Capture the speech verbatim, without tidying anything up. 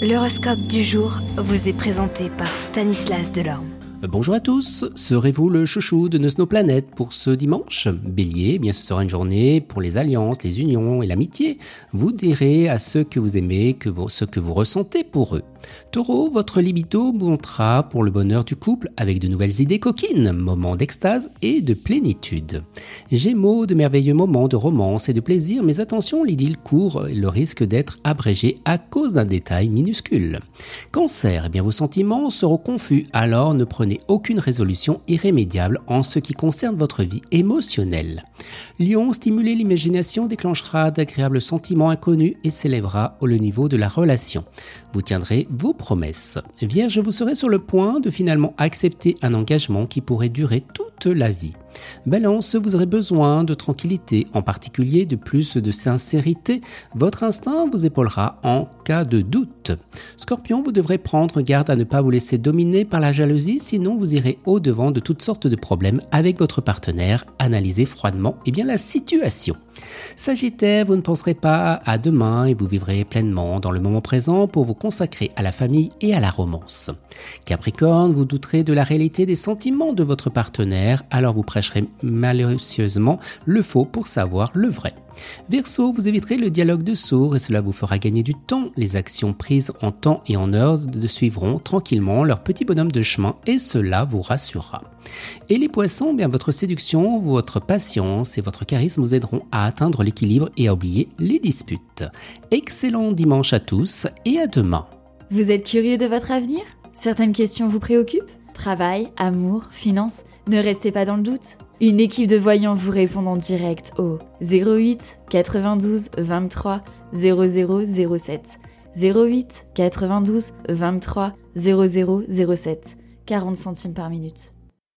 L'horoscope du jour vous est présenté par Stanislas Delorme. Bonjour à tous, serez-vous le chouchou de nos planètes pour ce dimanche? Bélier, eh bien ce sera une journée pour les alliances, les unions et l'amitié. Vous direz à ceux que vous aimez que vous, ce que vous ressentez pour eux. Taureau, votre libido montera pour le bonheur du couple avec de nouvelles idées coquines, moments d'extase et de plénitude. Gémeaux, de merveilleux moments de romance et de plaisir, mais attention, l'idylle court le risque d'être abrégé à cause d'un détail minuscule. Cancer, eh bien vos sentiments seront confus, alors ne prenez aucune résolution irrémédiable en ce qui concerne votre vie émotionnelle. Lion, stimuler l'imagination déclenchera d'agréables sentiments inconnus et s'élèvera au niveau de la relation. Vous tiendrez vos promesses. Vierge, vous serez sur le point de finalement accepter un engagement qui pourrait durer toute la vie. Balance, vous aurez besoin de tranquillité, en particulier de plus de sincérité. Votre instinct vous épaulera en cas de doute. Scorpion, vous devrez prendre garde à ne pas vous laisser dominer par la jalousie, sinon vous irez au-devant de toutes sortes de problèmes avec votre partenaire. Analysez froidement eh bien, la situation. Sagittaire, vous ne penserez pas à demain et vous vivrez pleinement dans le moment présent pour vous consacrer à la famille et à la romance. Capricorne, vous douterez de la réalité des sentiments de votre partenaire, alors vous prêcherez malicieusement le faux pour savoir le vrai. Verseau, vous éviterez le dialogue de sourds et cela vous fera gagner du temps. Les actions prises en temps et en heure de suivront tranquillement leur petit bonhomme de chemin et cela vous rassurera. Et les poissons, bien votre séduction, votre patience et votre charisme vous aideront à atteindre l'équilibre et à oublier les disputes. Excellent dimanche à tous et à demain. Vous êtes curieux de votre avenir ? Certaines questions vous préoccupent ? Travail, amour, finances ? Ne restez pas dans le doute. Une équipe de voyants vous répond en direct au zéro huit quatre-vingt-douze vingt-trois zéro zéro zéro sept zéro huit quatre-vingt-douze vingt-trois zéro zéro zéro sept quarante centimes par minute.